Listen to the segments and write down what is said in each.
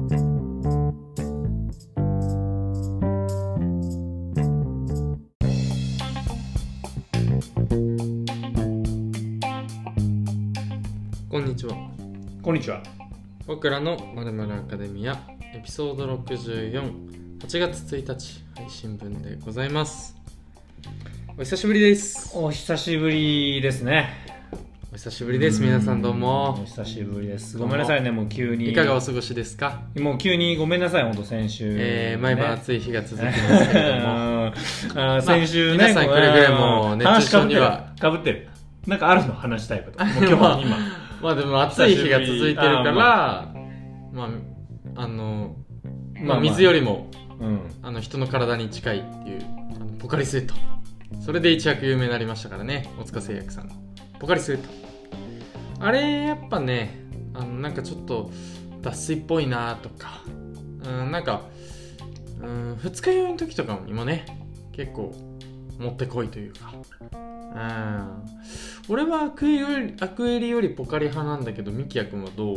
こんにちは。 こんにちは。 僕らの〇〇アカデミアエピソード64、8月1日配信分でございます。お久しぶりです。 お久しぶりですね。 お久しぶりです。皆さんどうも。 お久しぶりです。ごめんなさいね、もう急に。 いかがお過ごしですか？ もう急にごめんなさい、ほんと先週、 毎晩暑い日が続きますけれども先週ね、 皆さんくれぐれも熱中症にはかぶってる。なんかあるの話したいこと。もう今日今。 まあでも暑い日が続いてるから水よりも、人の体に近いっていうポカリスエット、それで一躍有名になりましたからね。大塚製薬さんのポカリスエット、あれやっぱね、なんかちょっと脱水っぽいなとか、二日酔いの時とかにもね結構もってこいというか、俺はアクエリよりポカリ派なんだけど、ミキヤ君はどう？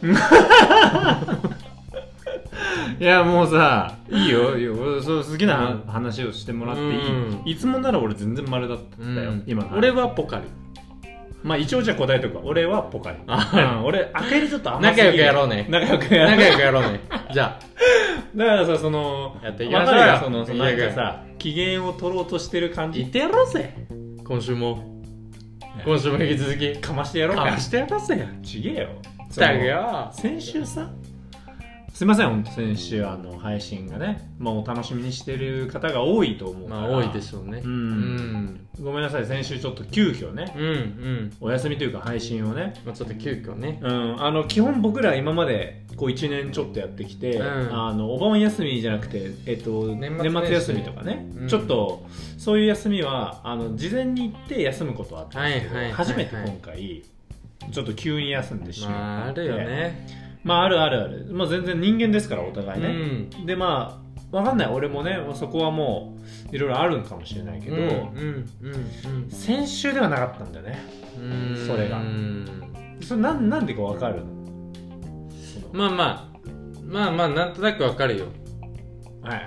いやもうさ、いいよ、そう好きな話をしてもらっていい？いつもなら俺全然丸だったよ、今。 俺はポカリ。 まあ一応じゃあ答えとくわ。俺はポカリ。俺アクエリちょっと甘すぎる。 仲良くやろうね。 仲良くやろうね。 じゃあだからさ、そのやっていきましょうよ。 なんかさ、機嫌を取ろうとしてる感じ。 言ってやろうぜ。今週も引き続きかましてやろうか。 かましてやろうぜ。 ちげえよ。 だよ。 先週さ、すいません、本当先週配信がね、お楽しみにしてる方が多いと思うから。 多いでしょうね。 ごめんなさい、先週ちょっと急遽ね、お休みというか配信をね、 ちょっと急遽ね。 基本僕ら今までこう1年ちょっとやってきて、お盆休みじゃなくて、年末休みとかね、ちょっとそういう休みは事前に行って休むことはあったんですけど、初めて今回ちょっと急に休んでしまって、 あるよね。 ある、全然人間ですからお互いね、でわかんない、俺もねそこはもういろいろあるんかもしれないけど、先週ではなかったんだよね、それが。それなんでかわかるの？ まあなんとなくわかるよ。 はい。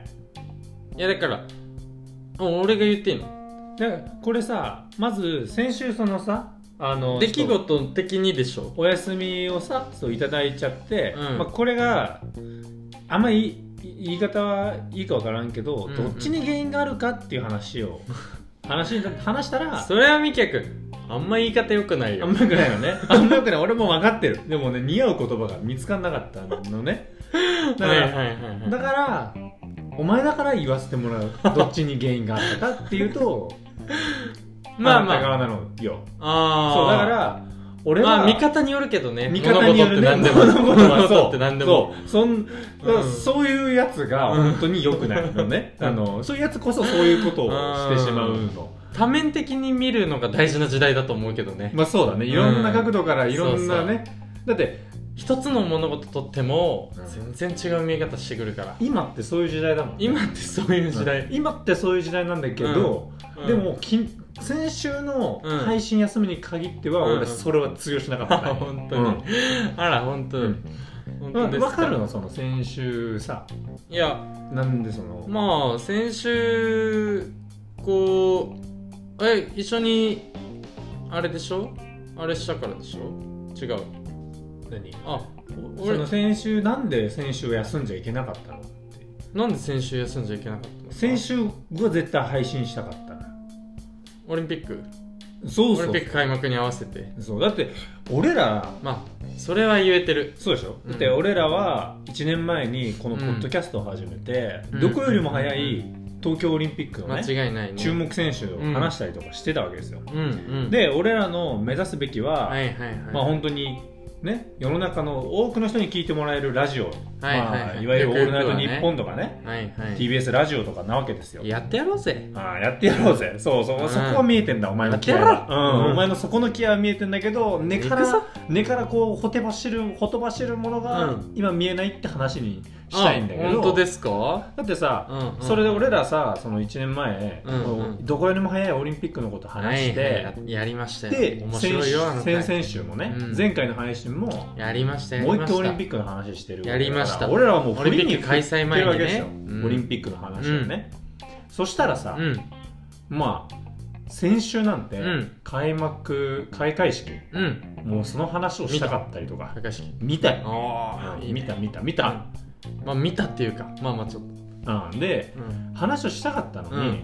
いやだから俺が言っていいの？ だからこれさ、まず先週そのさ、 出来事的にでしょ、 お休みをさいただいちゃって、これがあんまり言い方はいいか分からんけど、どっちに原因があるかっていう話したら、 それはミキヤ君あんま言い方良くないよ。 あんま良くないよね。あんま良くない。俺も分かってる。でもね、似合う言葉が見つからなかったのね。だからお前だから言わせてもらう。どっちに原因があったかっていうとあなた側なのよ。そうだから俺は見方によるけどね。 見方によるね。 物事って何でもそういうやつが本当に良くないのね。そういうやつこそそういうことをしてしまうの。 多面的に見るのが大事な時代だと思うけどね。 そうだね。いろんな角度からいろんなね。だって一つの物事とっても全然違う見え方してくるから。 今ってそういう時代だもんね。 今ってそういう時代。 今ってそういう時代なんだけど、でも先週の配信休みに限っては俺それは通用しなかったね。 本当に。あら本当に。 分かるの？その先週さ。 いやなんで先週こう一緒にあれでしょ？あれしたからでしょ？違う。 何？その先週なんで先週休んじゃいけなかったのって。 なんで先週休んじゃいけなかったの？ 先週は絶対配信したかったの。 オリンピック。 そうオリンピック開幕に合わせて。 そうだって俺らそれは言えてる。 そうでしょ。だって俺らは1年前にこのポッドキャストを始めて、どこよりも早い東京オリンピックのね、 間違いないね、 注目選手を話したりとかしてたわけですよ。で俺らの目指すべきは、本当にね、世の中の多くの人に聞いてもらえるラジオ、いわゆるオールナイトニッポンとかね、TBS ラジオとかなわけですよ。 やってやろうぜ。 やってやろうぜ。そこは見えてんだ、お前の気合は。お前のそこの気合は見えてんだけど、根からこうほとばしるものが今見えないって話にしたいんだけど。 本当ですか？ だってさ、それで俺らさ、その1年前、どこよりも早いオリンピックのこと話して、 やりましたよ。 で、 面白いよ。 先々週もね、前回の配信もやりましたもう一回オリンピックの話してる。 やりました。 俺らはもうオリンピック開催前にね、 オリンピックの話をね、そしたらさ、まあ先週なんて開会式、もうその話をしたかったりとか、見たよ。見た。 まあ見たっていうか、まあちょっと。で、話をしたかったのに、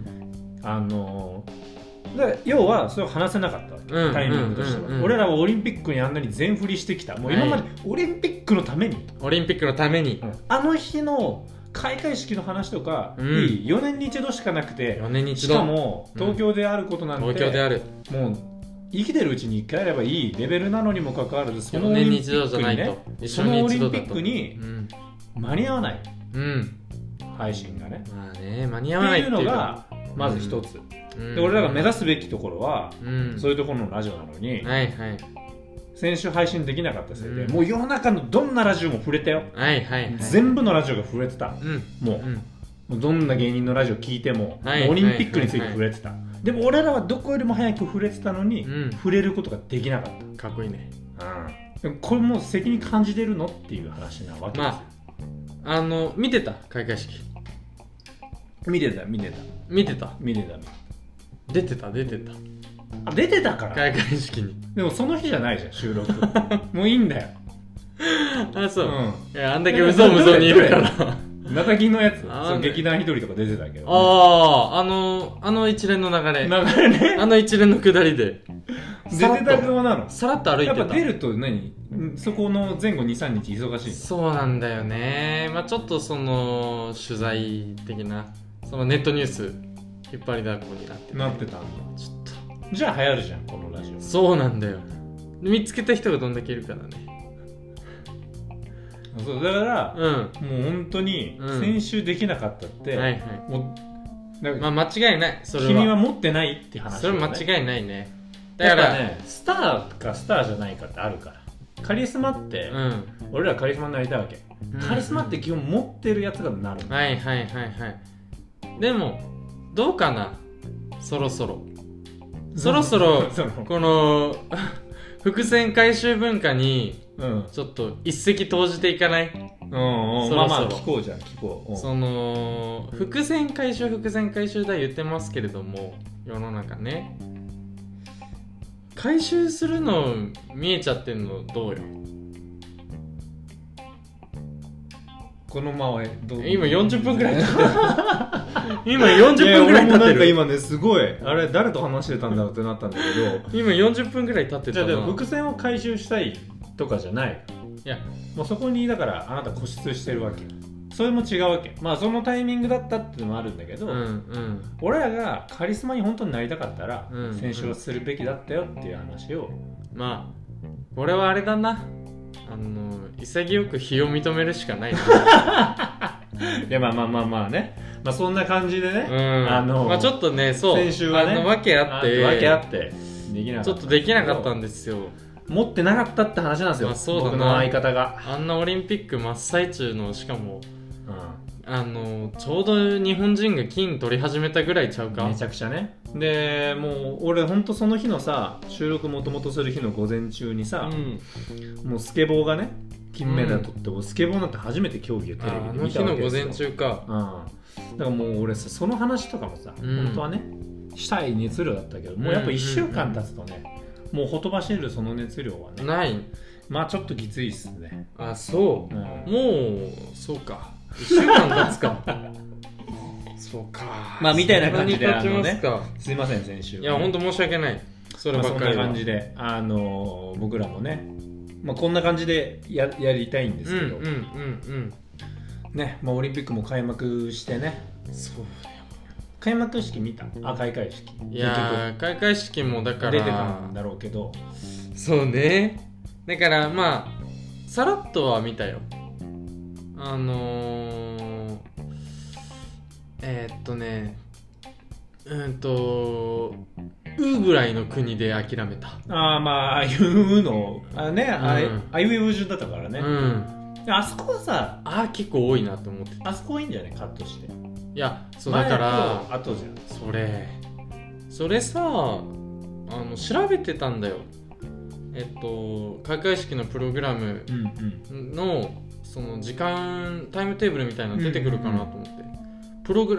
要はそれを話せなかったわけ、タイミングとしては。俺らはオリンピックにあんなに全振りしてきた。もう今までオリンピックのために、あの日の開会式の話とか、4年に一度しかなくて、しかも東京であることなんて、もう生きてるうちに1回やればいいレベルなのにもかかわらず、そのオリンピックにね、そのオリンピックに間に合わない、配信がね、 間に合わないっていうのがまず一つ。で俺らが目指すべきところは、そういうところのラジオなのに、先週配信できなかったせいで、もう世の中のどんなラジオも触れたよ。全部のラジオが触れてた。もうどんな芸人のラジオ聞いても、オリンピックについて触れてた。でも俺らはどこよりも早く触れてたのに、触れることができなかった。 かっこいいね。 これもう責任感じてるのっていう話なわけですよ。 見てた開会式。 見てた。 出てた。 出てたから開会式に。 でもその日じゃないじゃん、収録。もういいんだよ。 そう。いや、あんだけうぞにいるから。 ナタキンのやつ、劇団一人とか出てたけど。 あの一連の流れね。あの一連の下りで。 出てた側なの。 さらっと歩いてた。 やっぱ出るとそこの前後 2,3 日忙しいの。 そうなんだよね。ちょっとその取材的な、そのネットニュース引っ張りだこになってたんだ。 ちょっとじゃあ流行るじゃん、このラジオ。 そうなんだよ。見つけた人がどんだけいるからね。 そうだから、もう本当に先週できなかったって、もう間違いない。それは君は持ってないって話、 それ間違いないね。 だからね、スターかスターじゃないかってあるから。カリスマって、俺らカリスマになりたいわけ。カリスマって基本持ってるやつがなる。 でもどうかな、そろそろこの伏線回収文化にちょっと一石投じていかない？ まあ聞こう。 その伏線回収だ言ってますけれども、世の中ね、回収するの見えちゃってんのどうよ。 このまま今40分くらい経ってる。今40分くらい経ってる。 俺もなんか今ね、すごいあれ誰と話してたんだろうってなったんだけど、 今40分くらい経ってたな。 じゃあ伏線を回収したいとかじゃない。 いやもうそこにだからあなた固執してるわけ。それも違うわけ。そのタイミングだったっていうのもあるんだけど、俺らがカリスマに本当になりたかったら、先週はするべきだったよっていう話を。 俺はあれだな、潔く非を認めるしかないな。 いやまあね、そんな感じでね、 ちょっっとね、そう先週はね、 訳あってできなかった、 ちょっとできなかったんですよ。 持ってなかったって話なんですよ。 そうだな、 僕の相方があんなオリンピック真っ最中の、しかもちょうど日本人が金取り始めたぐらいちゃうか。 めちゃくちゃね。でもう俺ほんとその日のさ、収録もともとする日の午前中にさ、もうスケボーがね金メダル取って、スケボーなんて初めて競技をテレビで見たわけですよ。 あの日の午前中か。 だからもう俺さ、その話とかもさ、本当はねしたい熱量だったけど、もうやっぱ1週間経つとね、もうほとばしるその熱量はねない。 ちょっときついっすね。 そう、もうそうか、1週間経つか。そうか、 みたいな感じですいません先週、 いや本当申し訳ない、そればっかりは。 そんな感じで僕らもね、こんな感じでやりたいんですけどね。オリンピックも開幕してね。 そうだよ。 開幕式見た？開会式。 いや開会式もだから出てたんだろうけど。 そうね。だからさらっとは見たよ。ぐらいの国で諦めた。 あいうのあいうえお順だったからね。あそこはさ、 結構多いなと思ってた。 あそこはいいんじゃない、カットして。 いやそうだから、 あとじゃん。 それさ調べてたんだよ。 開会式のプログラムのその時間タイムテーブルみたいなの出てくるかなと思って、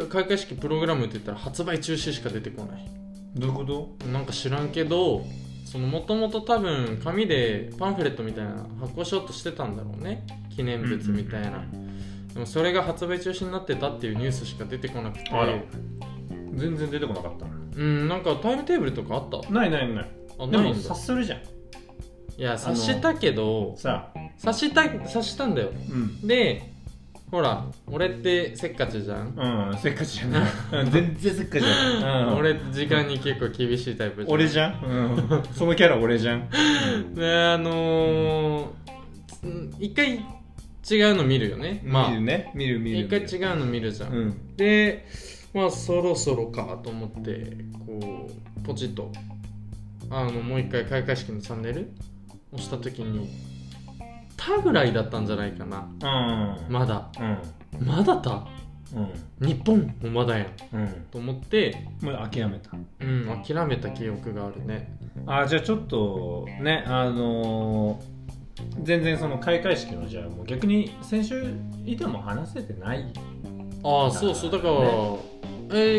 開会式プログラムって言ったら発売中止しか出てこない。 どういうこと？ なんか知らんけど、もともと多分紙でパンフレットみたいな発行しようとしてたんだろうね、記念物みたいな。でもそれが発売中止になってたっていうニュースしか出てこなくて、 全然出てこなかったな。 なんかタイムテーブルとかあった？ ない。 あ、 でも察するじゃん。 いや、察したけどさ、 察したんだよ、で、ほら、俺ってせっかちじゃん。 せっかちじゃない全然せっかちじゃない、 俺時間に結構厳しいタイプじゃん。 俺じゃん、そのキャラ俺じゃんで、一回違うの見るよね。 まあ、見る一回違うの見るじゃん、で、まあそろそろかと思ってこうポチッともう一回開会式のチャンネル押した時に他ぐらいだったんじゃないかな、まだ、まだた、日本もまだやん、と思ってもう諦めた。 諦めた記憶があるね。 じゃあちょっとね、全然その開会式のじゃあもう逆に先週いても話せてない。 そうだから、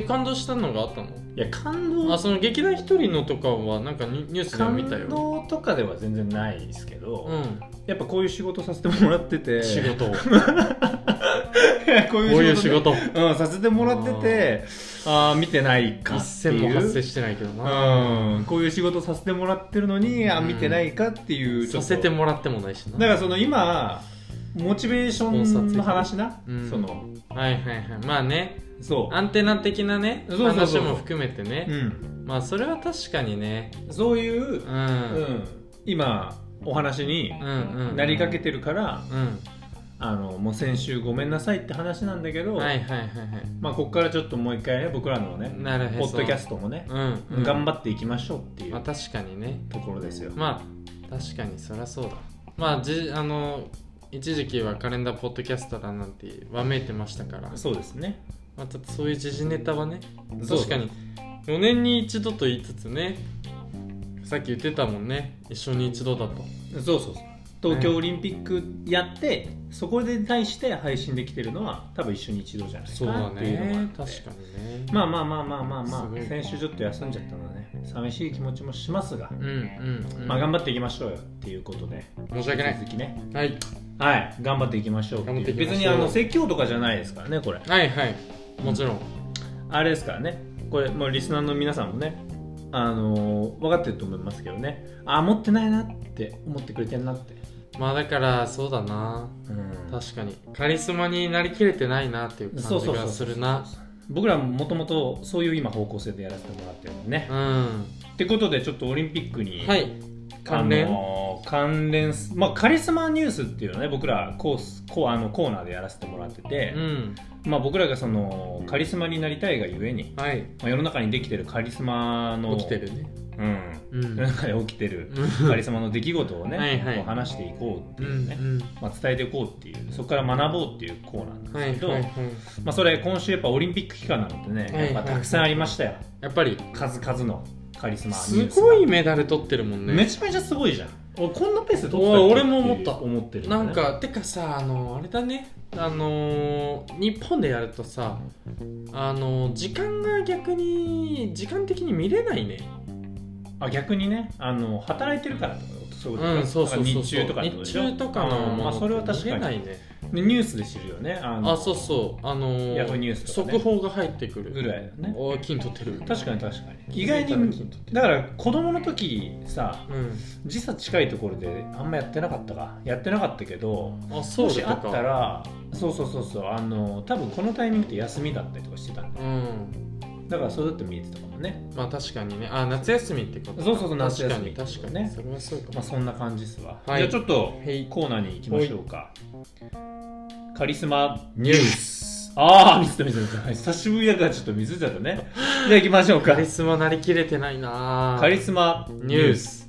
感動したのがあったの？ いや、感動、 その劇団一人のとかはなんかニュースで見たよ。 感動とかでは全然ないですけど、やっぱこういう仕事させてもらってて、 仕事こういう仕事、させてもらってて、見てないかっていう。一銭も発生してないけどな、 こういう仕事させてもらってるのに見てないかっていう、 させてもらってもないしな。 だからその今モチベーションの話な、そのまあね、 そうアンテナ的なね話も含めてね、まあそれは確かにね、 そういう、今お話になりかけてるから、もう先週ごめんなさいって話なんだけど、まあここからちょっともう一回ね、僕らのねポッドキャストもね、頑張っていきましょうっていう、 確かにねところですよ。 まあ確かにそりゃそうだ。まあ一時期はカレンダーポッドキャストだなんてわめいてましたから。 そうですね。 またそういう時事ネタはね、確かに4年に一度と言いつつね、さっき言ってたもんね、一緒に一度だと。 そう東京オリンピックやって、そこで対して配信できてるのは多分一緒に一度じゃないかなっていうのがあって、 確かにね。 まあ先週ちょっと休んじゃったのでね、寂しい気持ちもしますが、まあ頑張っていきましょうよっていうことで、 申し訳ない。 続きね、頑張っていきましょうっていう。別に説教とかじゃないですからね、これ。 もちろんあれですからね、これもうリスナーの皆さんもね、分かってると思いますけどね、持ってないなって思ってくれてんなって。 まあだからそうだな、確かにカリスマになりきれてないなっていう感じがするな。 僕らもともとそういう今方向性でやらせてもらってるんでね、ってことでちょっとオリンピックに、関連、まあカリスマニュースっていうのね、僕らコーナーでやらせてもらってて、まあ僕らがそのカリスマになりたいがゆえに、世の中にできてるカリスマの起きてるね、 世の中で起きてるカリスマの出来事をね、こう話していこうっていうね、まあ伝えていこうっていう、そこから学ぼうっていうコーナーなんですけど、まあそれ今週やっぱオリンピック期間なのでね、やっぱたくさんありましたよ。 やっぱり数々のカリスマすごいメダル取ってるもんね。 めちゃめちゃすごいじゃん。俺こんなペースで取ってた俺も思ってる、 なんかてかさ、あれだね、日本でやるとさ、時間が逆に時間的に見れないね。逆にね、働いてるからとか、そう日中とか日中とかのものそれは確かにないね。 ニュースで知るよね。 そうヤフーニュースとか、 速報が入ってくるぐらいだね。 金取ってる。 確かに意外にだから子供の時さ、時差近いところであんまやってなかったけど、もしあったらそう多分このタイミングって休みだったりとかしてたんだよ。だからそうだって見えてたかもね。 まあ確かにね。夏休みってこと。 そう夏休み。 確かにね。それはそうか。 まあそんな感じですわ。じゃあちょっとコーナーに行きましょうか。カリスマニュース。見せた。久しぶりだからちょっと見せちゃったね。じゃあ行きましょうか。 カリスマなりきれてないな。 カリスマニュース。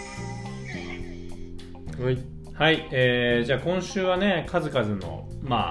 はい、じゃあ今週はね、数々のまあ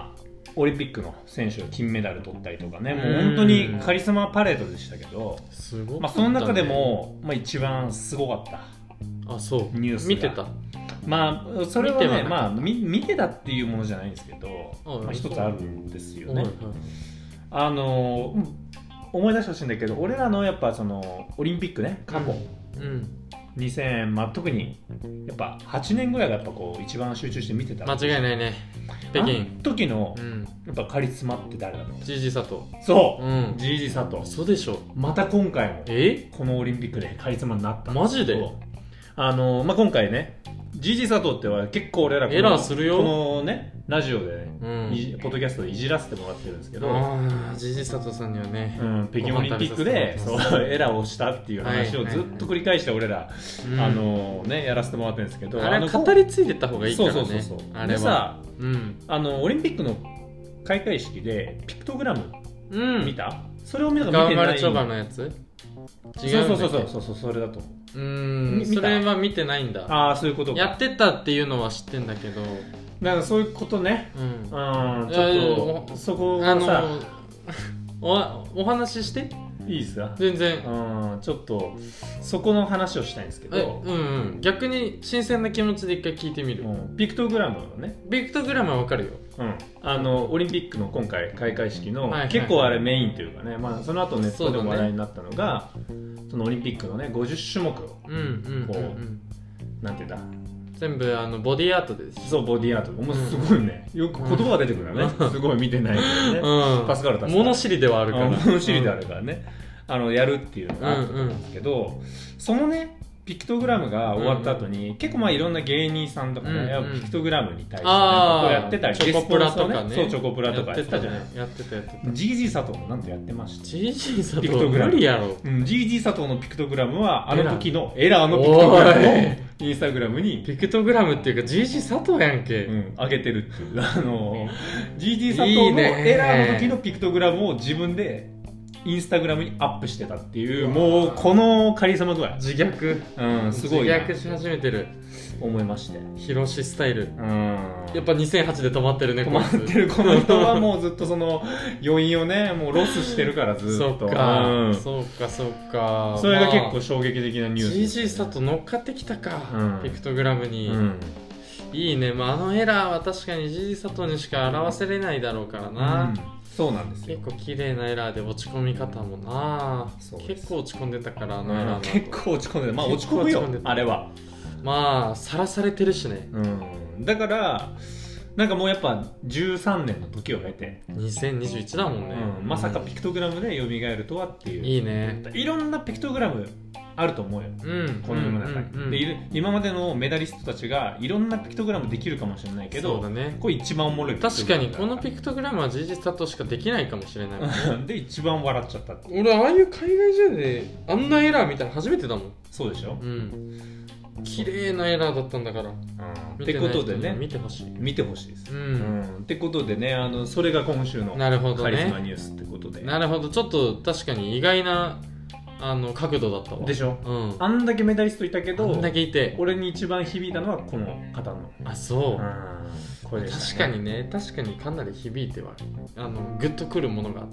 オリンピックの選手が金メダル取ったりとかね、もう本当にカリスマパレードでしたけど、 すごかったね。 まあ、その中でも、まあ、一番すごかったあ、そうニュースが見てた。 まあそれはね、 見てはなかったまあ見てたっていうものじゃないんですけど、 あまあ、一つあるんですよね。 はい思い出してほしいんだけど、俺らのやっぱそのオリンピックね、過去、2000、まあ、特にやっぱ8年ぐらいがやっぱこう一番集中して見てた。 間違いないね。北京。 あの時の、やっぱカリスマって誰だろう。 ジージー佐藤。 そう、ジージー佐藤。 そうでしょ。 また今回もこのオリンピックでカリスマになった。 マジで？ まあ、今回ね、ジージー佐藤っては結構俺らエラーするよ。 このねラジオで、ね、ポッドキャストでいじらせてもらってるんですけど、 ジージー佐藤さんにはね、 北京オリンピックでそうエラーをしたっていう話をずっと繰り返して俺ら、ね、やらせてもらってるんですけど、 あれ語り継いでった方がいいからね。 そうあれはでさ、オリンピックの開会式でピクトグラム見た？それを見たか見てない。 ガーマルチョバのやつ？違う。 そうそれだと思う。 それは見てないんだ。 ああ、そういうことか。 やってたっていうのは知ってんだけど、 だからそういうことね。ちょっとそこがさ、 お話ししていいですか？ 全然。 ちょっとそこの話をしたいんですけど、 逆に新鮮な気持ちで一回聞いてみる。 ピクトグラムのね。 ピクトグラムはわかるよ。 オリンピックの今回開会式の結構あれメインというかね、まあその後ネットでも話題になったのが、そのオリンピックのね50種目をこうなんていうんだ。 全部ボディアートです。 そう、ボディアート。もうすごいね、よく言葉が出てくるからね。すごい見てないけどね。助かる。 物知りではあるから。 物知りであるからね。やるっていうのがあったんですけど、そのねピクトグラムが終わった後に、結構まあいろんな芸人さんとかね、ピクトグラムに対してこうやってたり、 チョコプラとかね、 そうチョコプラとかやってたじゃない。 やってた。 ジージー佐藤もなんとやってました。 ジージー佐藤無理やろ。 ジージー佐藤のピクトグラムはあの時のエラーのピクトグラムをインスタグラムにピクトグラムっていうかジージー佐藤やんけ。 上げてるっていう、ジージー佐藤のエラーの時のピクトグラムを自分でインスタグラムにアップしてたっていう、もうこのカリスマ具合、 自虐、 すごい自虐し始めてる思いまして、 ヒロシスタイル、やっぱ2008で止まってるね。 止まってる。この人はもうずっとその余韻をねもうロスしてるから、ずっと。 そうか。 それが結構衝撃的なニュース。 ジージー佐藤乗っかってきたか、ピクトグラムに。いいね。あのエラーは確かにジージー佐藤にしか表せれないだろうからな。 そうなんですよ。 結構綺麗なエラーで落ち込み方もな。結構落ち込んでたから、あのエラー。 結構落ち込んでた。まあ落ち込むよ、あれは。 まあさらされてるしね。 だからなんかもうやっぱ13年の時を経て 2021だもんね。 まさかピクトグラムで蘇るとはっていう。 いいね。 いろんなピクトグラムあると思うよ、この世の中に。で今までのメダリストたちがいろんなピクトグラムできるかもしれないけど、 そうだね、 これ一番おもろい。 確かにこのピクトグラムは事実佐藤しかできないかもしれないで一番笑っちゃったって。 俺ああいう海外試合であんなエラー見たら初めてだもん。 そうでしょ。 綺麗なエラーだったんだから。 ってことでね、 見てほしいです。 ってことでね、それが今週のカリスマニュースってことで。 なるほど。ちょっと確かに意外な角度だったわ。 でしょ。あんだけメダリストいたけど、 あんだけいて俺に一番響いたのはこの方の。 あ、そうこれ確かにね、確かにかなり響いてはグッとくるものがあった。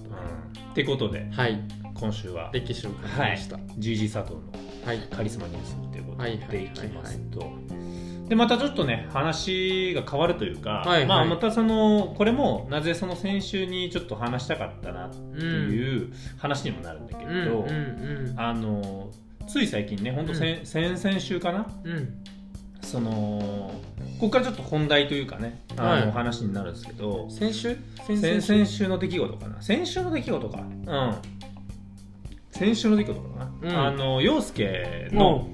ってことで、今週は歴史を感じました。 ジージー佐藤のカリスマニュースっていうことでいきますと、でまたちょっとね話が変わるというか、またこれもなぜその先週にちょっと話したかったなっていう話にもなるんだけれど、つい最近ね、ほんと先々週かな、ここからちょっと本題というかね、話になるんですけど、 先週の出来事かな、先週の出来事かな、陽介の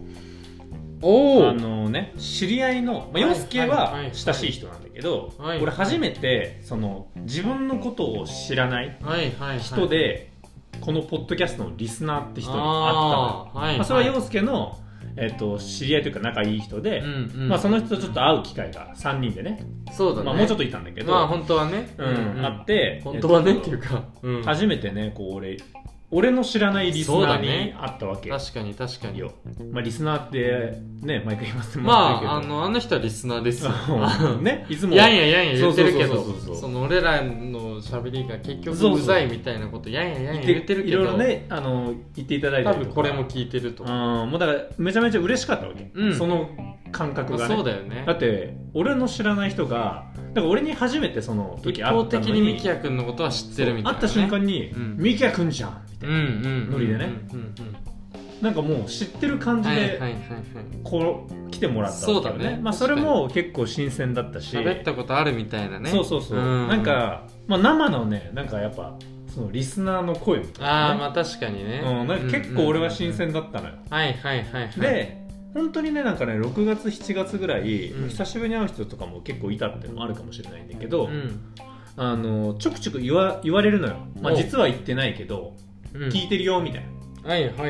知り合いの、陽介は親しい人なんだけど、俺初めて自分のことを知らない人でこのポッドキャストのリスナーって人に会ったの。それは陽介の知り合いというか仲いい人で、その人とちょっと会う機会が3人でね、 そうだね、 もうちょっといたんだけど、 本当はね、 あって、 本当はねっていうか、 初めてね、 俺の知らないリスナーにあったわけよ。 確かに確かによ。まあリスナーってね毎回言いますもまああの人はリスナーですよね、いつもやんや言ってるけど、 そうその俺らの喋りが結局うざいみたいなことやんや言ってるけど、 いろいろね言っていただいて多分これも聞いてるともうだからめちゃめちゃ嬉しかったわけ、その感覚がね。 そうだよね。 だって俺の知らない人がだから俺に初めてその時会ったのに一方的にミキヤ君のことは知ってるみたいな、ね、 会った瞬間に、ミキヤ君じゃんみたいなノリでね、なんかもう知ってる感じでこう来てもらったわけよね。そうだね。まあそれも結構新鮮だったし、 喋ったことあるみたいなね。 そう、なんか、まあ、生のねなんかやっぱそのリスナーの声みたいな、ね、 ああまあ確かにね、 なんか結構俺は新鮮だったのよ。で本当にねなんかね6月7月ぐらい、久しぶりに会う人とかも結構いたっていうのもあるかもしれないんだけど、ちょくちょく言われるのよ。まあ実は言ってないけど、聞いてるよみたいな。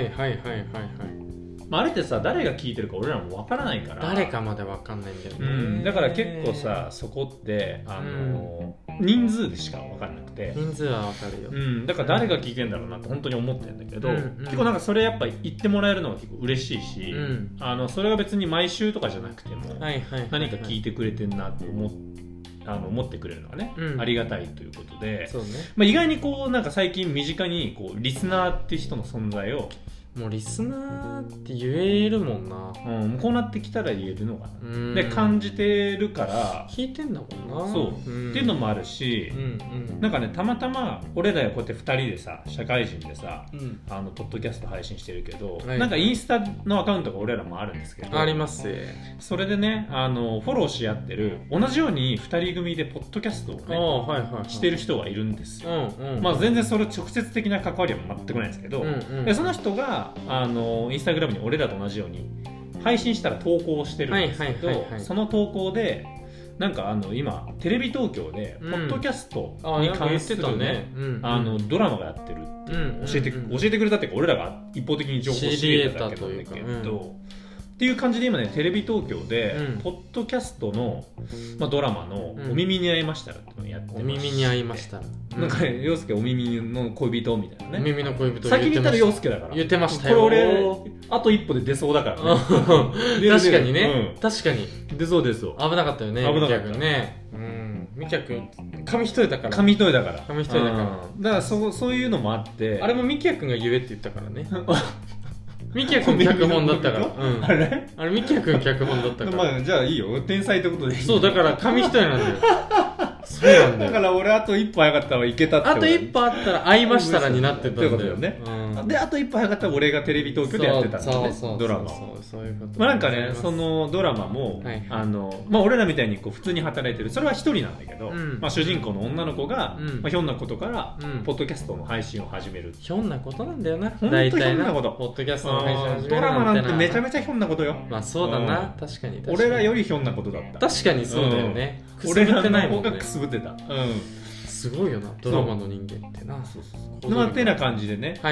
まあ、あれってさ誰が聞いてるか俺らもわからないから誰かまでわかんないんだよね、 だから結構さそこって人数でしかわかんなくて、 人数はわかるよ、 だから誰が聞いてんだろうなって本当に思ってるんだけど、結構なんかそれやっぱ言ってもらえるのが結構嬉しいし、それが別に毎週とかじゃなくても何か聞いてくれてんなって思ってくれるのがね、ありがたいということで、 そうね、 まあ、意外にこうなんか最近身近にこうリスナーっていう人の存在をもうリスナーって言えるもんな、 こうなってきたら言えるのかな、で感じてるから聞いてんだもんな、 そう、っていうのもあるし、なんかねたまたま俺らこうやって2人でさ社会人でさ、ポッドキャスト配信してるけど、なんかインスタのアカウントが俺らもあるんですけど、 ありますそれでねフォローし合ってる同じように2人組でポッドキャストをね、してる人がいるんですよ、まあ全然それ直接的な関わりは全くないんですけど、でその人がインスタグラムに俺らと同じように配信したら投稿をしてるんですけど、その投稿でなんか今テレビ東京でポッドキャストに関するね、ドラマがやってるって教えてくれたっていうか俺らが一方的に情報を仕入れただけなんだけど、っていう感じで今ねテレビ東京で、ポッドキャストの、ドラマの「お耳に合いましたら」っていうのをやってまして、 お耳に合いましたら、 なんかね陽介お耳の恋人みたいなね、 お耳の恋人先に言ったら陽介だから言ってましたよ。 これ俺あと一歩で出そうだからね確かにね、確かに出そうですよ。 危なかったよね、 危なかったね。ミキヤ君紙一重だから、 紙一重だからだからそういうのもあって、 あれもミキヤ君が言えって言ったからねミキヤ君脚本だったから、あれミキヤ君脚本だったから、 まあじゃあいいよ、天才ってことでいい。 そうだから紙一重なんだよそうなんだよ。 だから俺あと一歩早かったらいけたって。 あと一歩あったら会いましたらになってたんだよね。であと一歩早かったら俺がテレビ東京でやってたんだね、ドラマを。まあなんかねそのドラマもまあ俺らみたいにこう普通に働いてる、それは一人なんだけど、まあ主人公の女の子がひょんなことからポッドキャストの配信を始める。 ひょんなことなんだよな。 本当ひょんなこと。 ポッドキャストの配信始めるドラマなんてめちゃめちゃひょんなことよ。 まあそうだな、確かに俺らよりひょんなことだった。 確かにそうだよね。 俺らの方がくすぶってた。 すごいよな、ドラマの人間ってな。 まあてな感じでね、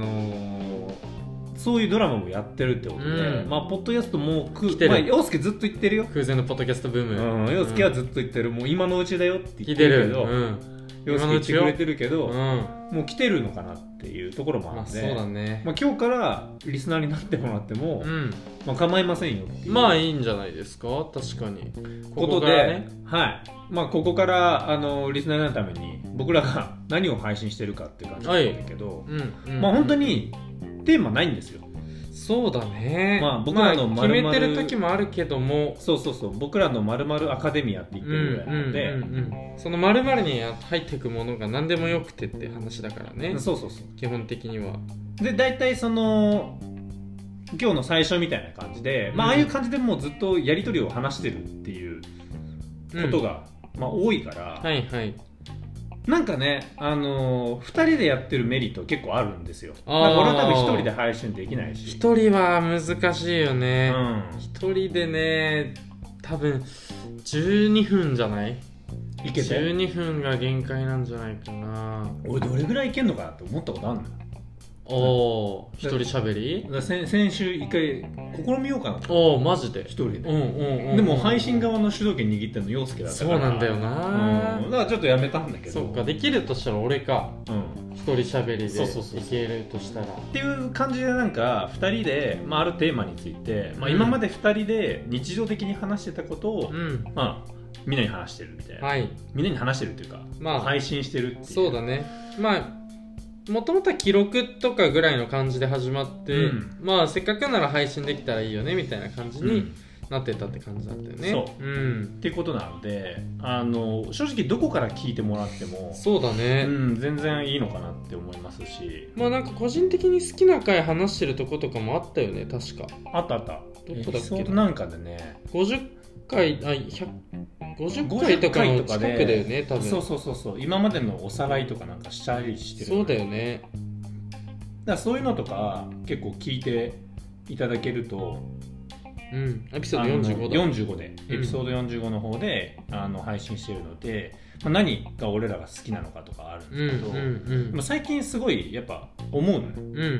そういうドラマもやってるってことで、まあポッドキャストもまあ陽介ずっと言ってるよ。 空前のポッドキャストブーム。 陽介はずっと言ってる。もう今のうちだよって言ってるけど、陽介言ってくれてるけど、もう来てるのかなっていうところもあるんで、 そうだね。 まあ今日からリスナーになってもらっても、まあ構いませんよっていう。 まあいいんじゃないですか、確かに。 ことで、はい。まあここからリスナーになるために僕らが何を配信してるかっていう感じなんだけど、まあ本当にテーマないんですよ。 そうだね。 まあ僕らの決めてる時もあるけども、 そう僕らの〇〇アカデミアって言ってるぐらいなので、 その〇〇に入っていくものが何でもよくてって話だからね。 そう基本的には。 で大体その今日の最初みたいな感じで、まあああいう感じでもうずっとやり取りを話してるっていうことが、まあ多いから、なんかね、2人でやってるメリット結構あるんですよ。俺は多分1人で配信できないし。 1人は難しいよね。1人でね、多分12分じゃない？ いけて 12分が限界なんじゃないかな。 俺どれぐらいいけんのかなって思ったことあるのよ。 おー、一人喋り先週一回試みようかなと。 おー、マジで一人で。でも配信側の主導権握ってるの陽介だったから。 そうなんだよな、 だからちょっとやめたんだけど。 そっか、できるとしたら俺か。一人喋りでいけるとしたらっていう感じで、なんか2人で、あるテーマについて、今まで2人で日常的に話してたことを、みんなに話してるみたいな、みんなに話してるっていうか、配信してるっていう。 そうだね。もともとは記録とかぐらいの感じで始まって、せっかくなら配信できたらいいよねみたいな感じになってたって感じだったよね。 そう、っていうことなので、正直どこから聞いてもらってもそうだね、 全然いいのかなって思いますし、 なんか個人的に好きな回話してるとことかもあったよね。確かあった。どこだっけ、なんかでね、 50回50回とかの近くだよね、多分。 そう今までのおさらいとかなんかしたりしてる。 そうだよね。 だからそういうのとか結構聞いていただけると、 エピソード 45でエピソード45の方で配信してるので、何が俺らが好きなのかとかあるんですけど、最近すごいやっぱ思うのよ、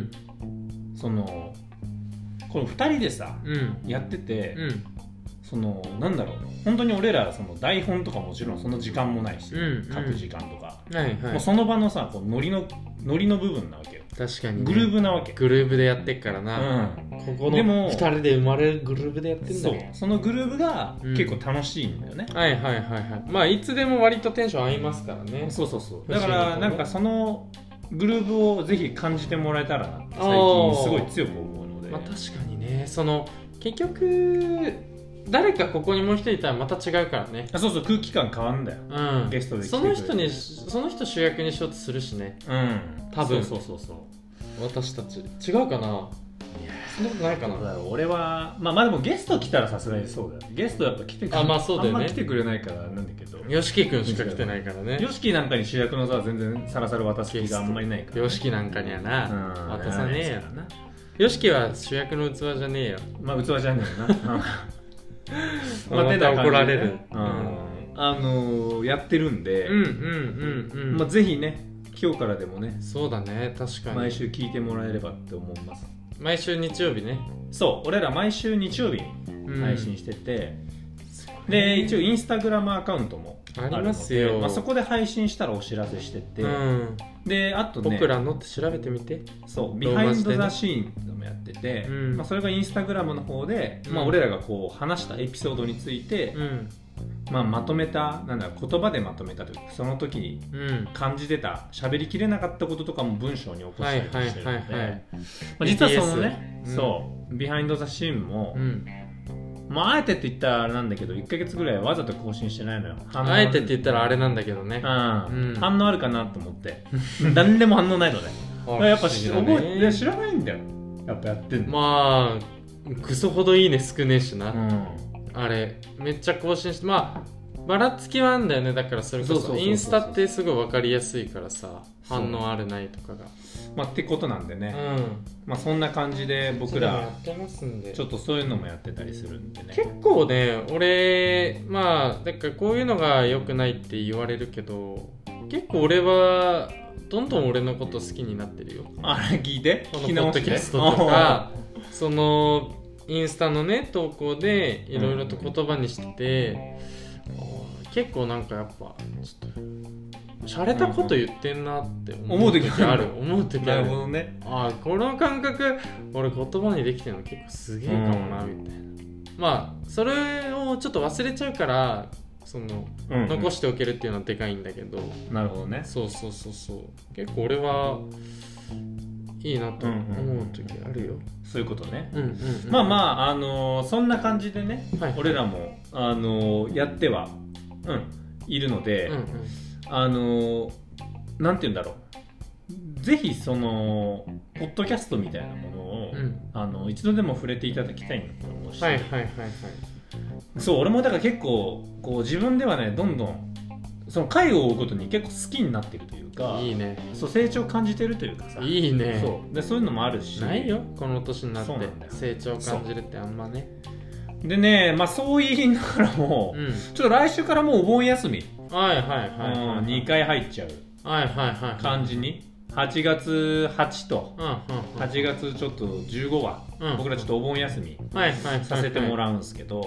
この2人でさ、やってて、なんだろう、本当に俺ら台本とかもちろんその時間もないし、書く時間とか、もうその場のさ、ノリの部分なわけよ。 確かに、ね、 グルーブなわけ。 グルーブでやってっからな、ここの2人で生まれるグルーブでやってんだよ。 そのグルーブが結構楽しいんだよね、 いつでも割とテンション合いますからね。 そうだからなんかそのグルーブをぜひ感じてもらえたらなって最近すごい強く思うので、 確かにね、結局誰かここにもう一人いたらまた違うからね。 そう空気感変わるんだよ、ゲストで来てくれる。 その人主役にしようとするしね、多分。そう私たち違うかな。そんなことないかな。 俺はでもゲスト来たらさすがにそうだよ。ゲストやっぱ来てくれない、 そうだよね、 あんま来てくれないからなんだけど、 ヨシキ君しか来てないからね。 ヨシキなんかに主役の座は全然さらさら渡す気があんまりないから、 ヨシキなんかにはな、渡さねえよな。ヨシキは主役の器じゃねえよ。 器じゃねえよなまた怒られる。 やってるんで、ぜひね、今日からでもね、 そうだね、確かに毎週聞いてもらえればって思います。 毎週日曜日ね。 俺ら毎週日曜日に配信してて、で一応インスタグラムアカウントもあるので、 ありますよ。 そこで配信したらお知らせしてて、であとね、 僕らのって調べてみて。 ビハインドザシーンでもやってて、それがインスタグラムの方で、俺らがこう話したエピソードについて、まとめた、言葉でまとめたというか、その時に感じてた、喋りきれなかったこととかも文章に起こしたりしてるので、実はそのね、ビハインドザシーンも、あえてって言ったらあれなんだけど、1ヶ月ぐらいわざと更新してないのよ。 あえてって言ったらあれなんだけどね、 反応あるかなと思って何でも反応ないので、やっぱ知らないんだよ、やっぱやってんの。 クソほどいいね少ねえしな、あれめっちゃ更新して、ばらつきはあんだよね。だからそれこそインスタってすごい分かりやすいからさ、反応あるないとかがってことなんでね、そんな感じで僕らやってますんで、 ちょっとそういうのもやってたりするんでね。 結構ね、俺だからこういうのが良くないって言われるけど、結構俺はどんどん俺のこと好きになってるよ。 あれ聞いて、 このポッドキャストとかそのインスタのね投稿でいろいろと言葉にしてて、結構なんかやっぱちょっと洒落たこと言ってんなって思う時ある。なるほどね。 この感覚俺言葉にできてるの結構すげえかもなみたいな。それをちょっと忘れちゃうから残しておけるっていうのはでかいんだけど。 なるほどね。 そう結構俺はいいなと思う時あるよ。 そういうことね。そんな感じでね、俺らもやってはいるので、なんて言うんだろう、ぜひそのポッドキャストみたいなものを、一度でも触れていただきたいなと思うし、俺もだから結構こう自分ではね、どんどんその回を追うことに結構好きになってるというか、いいね、成長を感じてるというかさ、 いいね、 そういうのもあるし、 ないよこの年になって成長を感じるってあんまね。 でね、そう言いながらも、ちょっと来週からもうお盆休み、2回入っちゃう感じに 8月8と8月ちょっと15は、僕らちょっとお盆休みさせてもらうんですけど、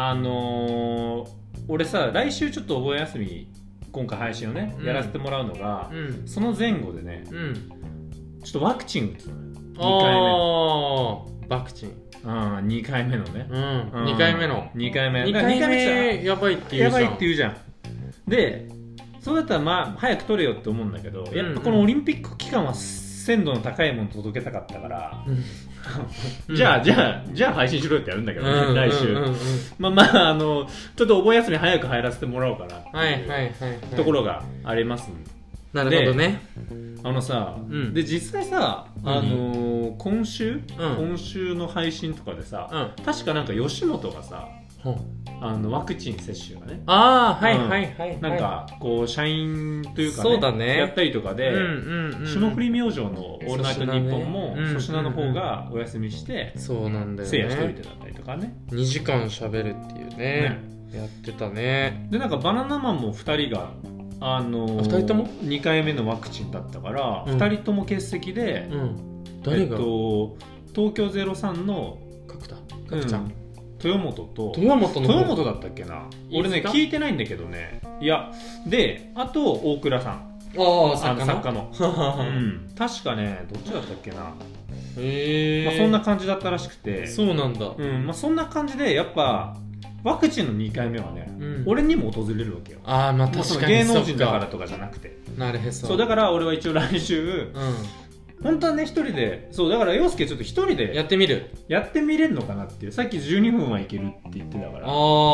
俺さ来週ちょっとお盆休み今回配信をね、やらせてもらうのが、その前後でね、ちょっとワクチン打つのよ。2回目ワクチン 2回目のね、 2回目 2回目やばいって言うじゃん。でそうだったらまあ早く取れよって思うんだけど、やっぱこのオリンピック期間は鮮度の高いもの届けたかったから、じゃあ配信しろってやるんだけどね、来週。まあちょっとお盆休み早く入らせてもらおうかなっていうところがありますんで。 なるほどね。 さ、で実際さ、今週の配信とかでさ、確かなんか吉本がさ、ワクチン接種がね、なんかこう社員というかね、やったりとかで、霜降り明星の「オールナイトニッポン」も粗品の方がお休みして、 そうなんだよね、 せいや一人でだったりとかね、 2時間しゃべるっていうね、やってたね。 でなんかバナナマンも2人が2 人とも 2回目のワクチンだったから、2人とも欠席で、 誰が東京03の角ちゃん、 豊本だったっけな、俺ね聞いてないんだけどね。いやであと大倉さん、作家の確かねどっちだったっけな、そんな感じだったらしくて。 そうなんだ。 そんな感じでやっぱワクチンの2回目はね、俺にも訪れるわけよ。 まあ確かに芸能人だからとかじゃなくて、 なるへそ。 そうだから俺は一応来週、本当はね一人で、そうだから陽介ちょっと一人でやってみるのかなっていう。さっき12分はいけるって言ってたから。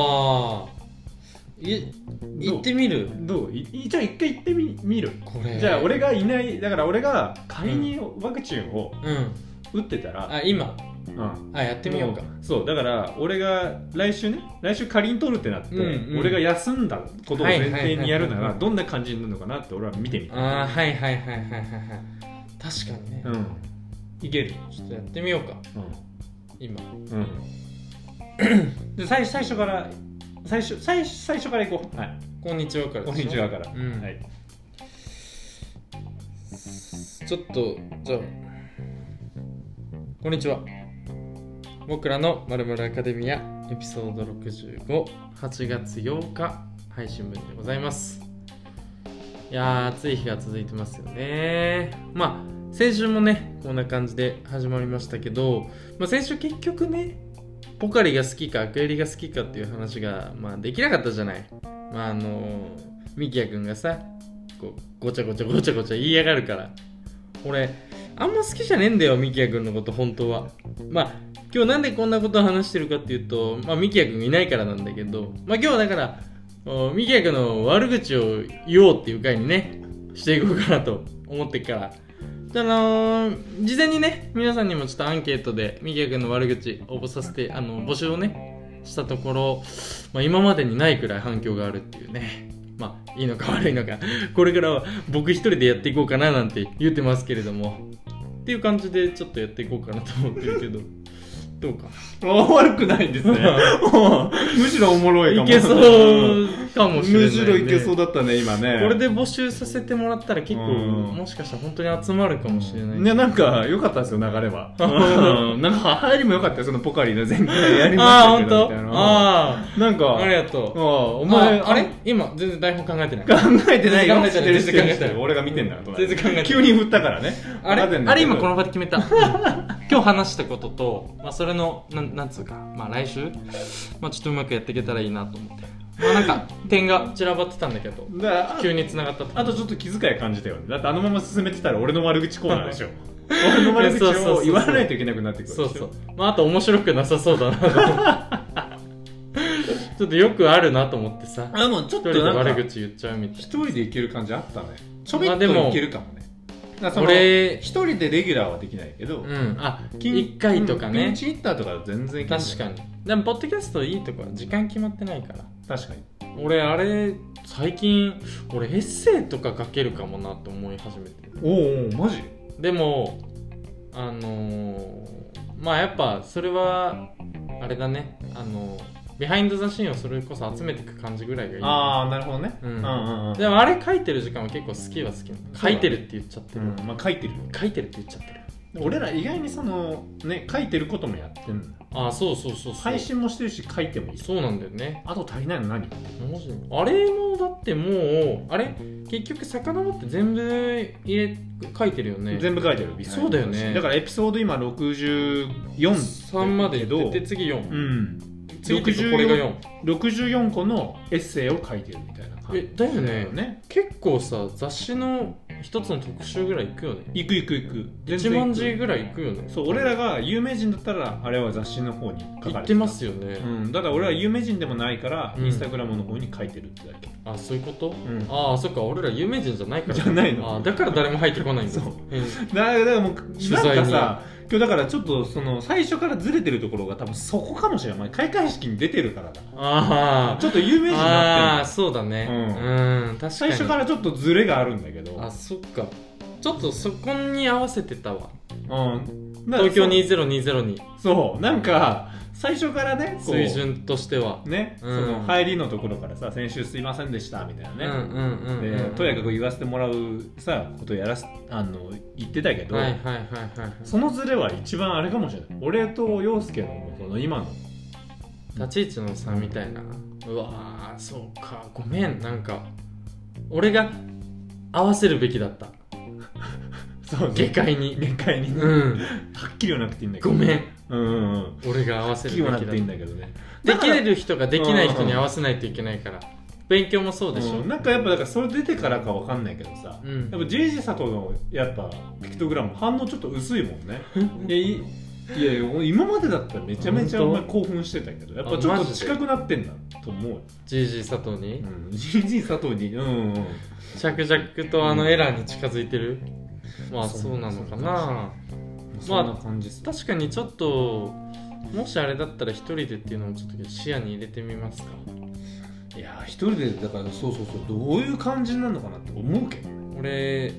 行ってみる。 どう？じゃあ一回行ってみる。 これじゃあ俺がいない、だから俺が仮にワクチンを打ってたら、 今やってみようか。 そうだから俺が来週仮に取るってなって、俺が休んだことを前提にやるならどんな感じになるのかなって俺は見てみたい。 確かにね。 いける。 ちょっとやってみようか。今。 で最初から行こう。はい。 こんにちはから。 こんにちはから。はい。 ちょっとじゃあこんにちは。僕らの〇〇アカデミアエピソード65、8月8日配信分でございます。いやー暑い日が続いてますよね。まあ先週もねこんな感じで始まりましたけど、先週結局ねポカリが好きかアクエリが好きかっていう話ができなかったじゃない。ミキヤくんがさこうごちゃごちゃ言いやがるから、俺あんま好きじゃねえんだよミキヤくんのこと。本当は今日なんでこんなことを話してるかっていうと、ミキヤくんいないからなんだけど、今日はだからミキヤくんの悪口を言おうっていう回にねしていこうかなと思ってっから、事前にね皆さんにもちょっとアンケートでミキヤくんの悪口応募させて募集をねしたところ、今までにないくらい反響があるっていうね。いいのか悪いのかこれからは僕一人でやっていこうかななんて言ってますけれどもっていう感じでちょっとやっていこうかなと思ってるけどどうか。 悪くないですね。むしろおもろいかも。 いけそうかもしれない、ね、 むしろいけそうだったね今ね。 これで募集させてもらったら結構もしかしたら本当に集まるかもしれない。 ね、なんか良かったですよ流れは。なんか入りも良かったよ、そのポカリの前回やりましたけどみたいな。なんかありがとう。 お前あれ今全然台本考えてない。 考えてないよ。 考えてない。 俺が見てんだから。 全然考えてない。 急に振ったからね。 あれ今この場で決めた。今日話したこととそれのなんつうか来週ちょっとうまくやっていけたらいいなと思って、なんか点が散らばってたんだけど急に繋がったと。 あとちょっと気遣い感じたよね。だってあのまま進めてたら俺の悪口コーナーでしょ。俺の悪口を言わないといけなくなってくる。 そうあと面白くなさそうだなと思ってちょっとよくあるなと思ってさ、 もうちょっとなんか悪口言っちゃうみたいな。 一人でいける感じあったね。ちょびっといけるかもね。 俺一人でレギュラーはできないけど、 1回とかね、 ピンチヒッターとか全然いける。 確かに。でもポッドキャストいいとこは時間決まってないから。 確かに。 俺あれ最近エッセイとか書けるかもなと思い始めてる。 おマジ？ でもやっぱそれはあれだね、 ビハインドザシーンをそれこそ集めていく感じぐらいがいい。 ああなるほどね、 でもあれ書いてる時間は結構好きは好きなの。書いてるって言っちゃってる、 まあ書いてるって言っちゃってる。 俺ら意外にそのね書いてることもやってんの。 ああそう配信もしてるし書いてもいい。 そうなんだよね。 あと足りないの何？ あれもだってもうあれ結局遡って全部書いてるよね。 全部書いてる。 そうだよね。 だからエピソード今64 まで出て次4。次これが4。 64個のエッセイを書いてるみたいな感じ。 だよね。結構さ雑誌の一つの特集ぐらい行くよね。 行く 1万字ぐらい行くよね。 そう、俺らが有名人だったらあれは雑誌の方に書かれてる。 行ってますよね。 だから俺は有名人でもないからインスタグラムの方に書いてるってだけ。 あ、そういうこと？ああ、そっか、俺ら有名人じゃないから。 じゃないの。 だから誰も入ってこないんだ。そう。 だからもう取材にさ、今日だからちょっとその最初からずれてるところが多分そこかもしれない。開会式に出てるからだ。ああ、ちょっと有名人になってる。 ああ、そうだね。確かに。 最初からちょっとずれがあるんだけど。 あ、そっか。ちょっとそこに合わせてたわ。 東京2020に。 そう、なんか最初からね、 水準としてはね、その入りのところからさ、先週すいませんでしたみたいなね。で、とやかく言わせてもらうさこと言ってたけど、そのズレは一番あれかもしれない。俺と陽介のその今の立ち位置の差みたいな。うわー、そうか、ごめん、なんか俺が合わせるべきだった。 そう下界にはっきりはなくていいんだけど、 ごめん、 俺が合わせるべきだった。 はっきりはなくていいんだけどね。 できる人ができない人に合わせないといけないから、勉強もそうでしょ。 なんかやっぱだからそれ出てからかわかんないけどさ、やっぱ JG 佐藤のやっぱピクトグラム反応ちょっと薄いもんね。いや今までだったらめちゃめちゃお前興奮してたけど、やっぱちょっと近くなってんだと思う。 GG 佐藤に、 GG 佐藤に着々とエラーに近づいてる。まあそうなのかな。 そんな感じです。 確かにちょっともしあれだったら一人でっていうのもちょっと視野に入れてみますか。 いや一人でだからそうどういう感じになるのかなって思うけど、 俺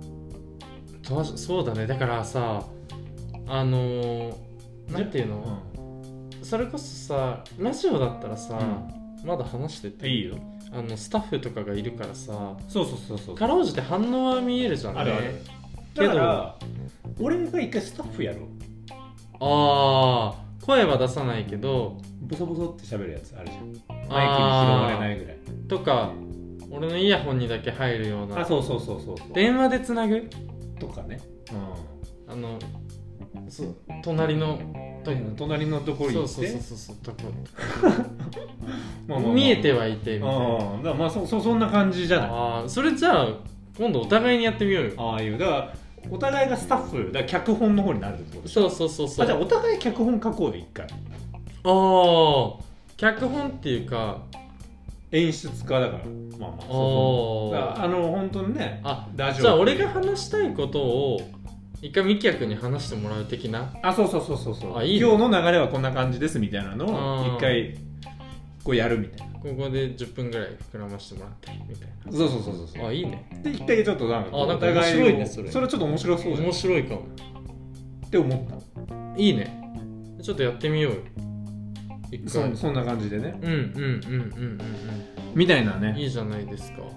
そうだね。だからさなんていうの、それこそさラジオだったらさ、まだ話してていいよ。 スタッフとかがいるからさ、 そうかろうじて反応は見えるじゃんね。 あるある。だから俺が一回スタッフやろう。 ああ、声は出さないけどボソボソって喋るやつあるじゃん。マイクに拾われないぐらいとか、俺のイヤホンにだけ入るような。 そう電話でつなぐとかね。 隣のところに行って見えてはいてみたいな。 まあそんな感じじゃない。 それじゃあ今度お互いにやってみようよ。 だからお互いがスタッフだから脚本の方になるってことでしょ。 そうじゃあお互い脚本書こうで一回。 脚本っていうか演出家だから。本当にね。 じゃあ俺が話したいことを一回ミキヤ君に話してもらう的な。 そう。 いいね。 今日の流れはこんな感じですみたいなのを一回こうやるみたいな。 ここで10分ぐらい膨らましてもらってみたいな。 そう。 いいね。 で一回ちょっとなんか面白いね。それちょっと面白そうじゃん。 面白いかもって思った。 いいね。ちょっとやってみようよ。 そんな感じでね。 みたいなね。 いいじゃないですか。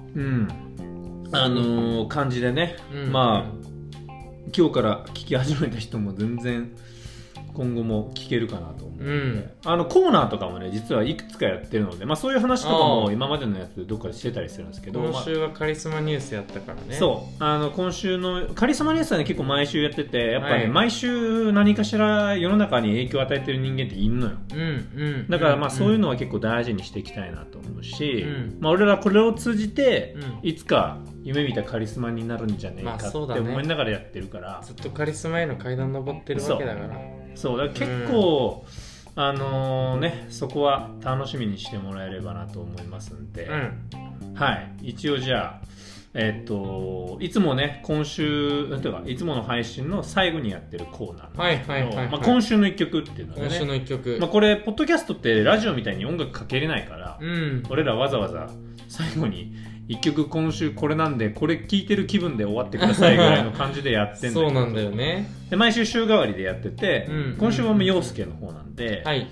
感じでね。まあ今日から聞き始めた人も全然今後も聞けるかなと思うので、コーナーとかもね実はいくつかやってるので、そういう話とかも今までのやつでどっかでしてたりするんですけど、 今週はカリスマニュースやったからね。 今週のカリスマニュースはね結構毎週やってて、やっぱね、毎週何かしら世の中に影響を与えてる人間っているのよ。だからそういうのは結構大事にしていきたいなと思うし、俺らこれを通じていつか夢見たカリスマになるんじゃねえかって思いながらやってるから、 ずっとカリスマへの階段登ってるわけだから。 だから結構、そこは楽しみにしてもらえればなと思いますんで、一応じゃあいつもね今週というかいつもの配信の最後にやってるコーナー、今週の一曲っていうのがね、 今週の一曲、 これポッドキャストってラジオみたいに音楽かけれないから、俺らわざわざ最後に一曲今週これなんでこれ聴いてる気分で終わってくださいぐらいの感じでやってんだけどそうなんだよね。 で毎週週替わりでやってて、今週は陽介の方なんで、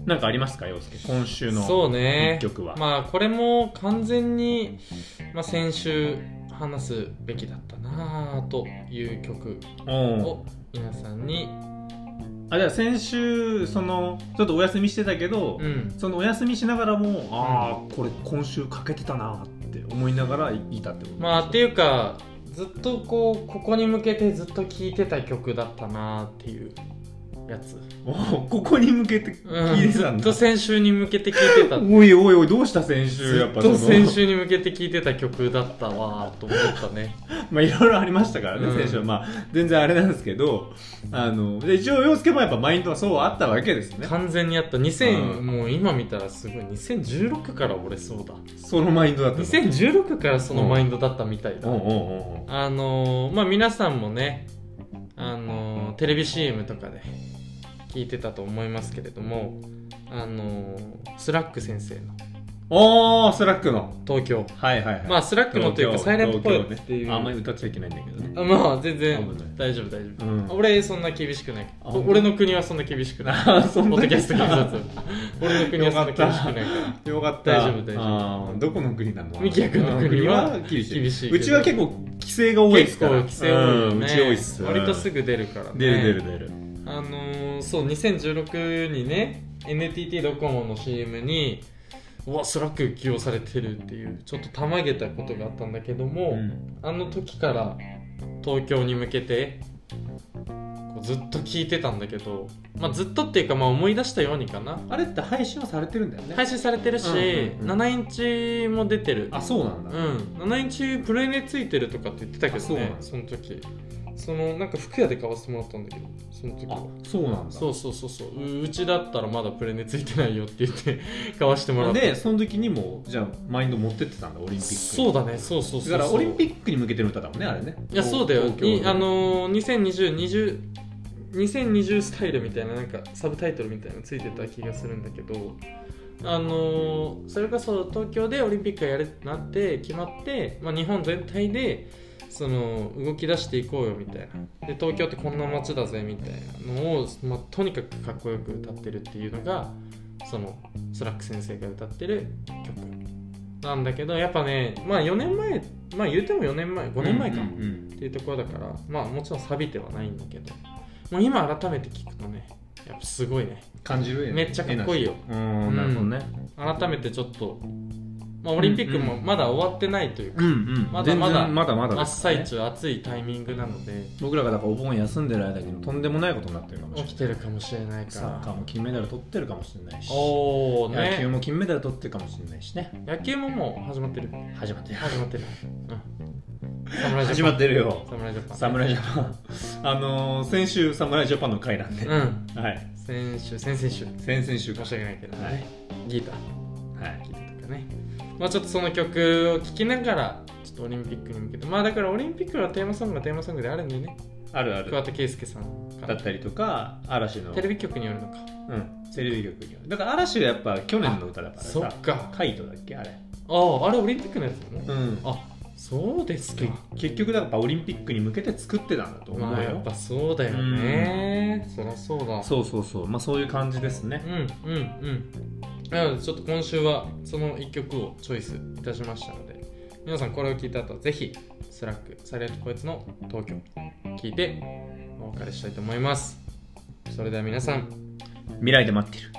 なんかありますか、陽介、今週の1曲は。 まあこれも完全に、まあ、先週話すべきだったなという曲を皆さんに。 じゃあ先週ちょっとお休みしてたけど、そのお休みしながらもこれ今週かけてたなって思いながらいたってこと。 まあっていうかずっとここに向けてずっと聴いてた曲だったなっていうやつ。 ここに向けて聴いてたんだ、 ずっと先週に向けて聴いてた。 おいおいおい、どうした先週。やっぱずっと先週に向けて聴いてた曲だったわと思ったね。 まあいろいろありましたからね、先週は。まあ全然あれなんですけど、一応陽介もやっぱマインドはそうあったわけですね。 完全にあった。もう今見たらすごい2016から俺そうだ、 そのマインドだった。 2016からそのマインドだったみたいだ。まあ皆さんもね、テレビ CM とかで聞いてたと思いますけれども、スラック先生のスラックの東京。 はいはいはい。 まあスラックのというかサイレントポエットっていう、 あんまり歌っちゃいけないんだけどね。 まあ全然大丈夫、俺そんな厳しくない。俺の国はそんな厳しくない。ポッドキャスト警察。俺の国はそんな厳しくないから。 よかった。 大丈夫。 どこの国なの？ ミキヤ君の国は厳しい。 うちは結構規制が多いですから。 結構規制多いよね。 うち多いっす。 割とすぐ出るからね。 出る。 そう2016にね NTT ドコモの CM にスラック起用されてるっていうちょっとたまげたことがあったんだけども、あの時から東京に向けてずっと聞いてたんだけど、まあ、ずっとっていうかまあ思い出したようにかな。 あれって配信はされてるんだよね。 配信されてるし、7インチも出てる。 あ、そうなんだ。 7インチプレイネついてるとかって言ってたけどね、その時。なんか服屋で買わせてもらったんだけど、その時は。 そうなんだ。 そう。うちだったらまだプレネついてないよって言って買わしてもらって。 で、その時にもじゃあマインド持ってってたんだ、オリンピック。 そうだね、そう。 だからオリンピックに向けての歌だもんね、あれね。 いや、そうだよ。2020スタイルみたいな、なんかサブタイトルみたいなのついてた気がするんだけど、それこそ東京でオリンピックがやるってなって決まって、まあ、日本全体で動き出していこうよみたいな。で東京ってこんな街だぜみたいなのを、まあ、とにかくかっこよく歌ってるっていうのがスラック先生が歌ってる曲なんだけど、やっぱね、まあ4年前、まあ言うても4年前5年前かっていうところだから、まあもちろん錆びてはないんだけど、もう今改めて聞くとね、やっぱすごいね、 感じる。 めっちゃかっこいいよ。 なるほどね。 改めてちょっと、まあ、オリンピックもまだ終わってないというか、まだ真っ最中、暑いタイミングなので、 僕らがだからお盆休んでる間にとんでもないことになってるかもしれない。 起きてるかもしれないから。 サッカーも金メダル取ってるかもしれないし、野球も金メダル取ってるかもしれないしね。 野球ももう始まってる。 始まってる。 始まってるよ。 侍ジャパン。先週侍ジャパンの回なんで。はい。 先々週申し訳ないけどね。ギターとかね。まあちょっとその曲を聴きながらちょっとオリンピックに向けて、まあだからオリンピックのテーマソングがテーマソングであるんだよね。 ある。 桑田佳祐さんだったりとか、嵐のテレビ局によるのか。 テレビ局による。だから嵐はやっぱ去年の歌だからさ。 そっか。 カイトだっけあれ。 あれオリンピックのやつだね。そうですか。 結局だからオリンピックに向けて作ってたんだと思うよ。 まあやっぱそうだよね。そりゃそうだ。 そう。まあそういう感じですね。 なのでちょっと今週はその1曲をチョイスいたしましたので、皆さんこれを聞いた後はぜひスラックサイレントポエツの東京聞いてお別れしたいと思います。それでは皆さん、 未来で待ってる。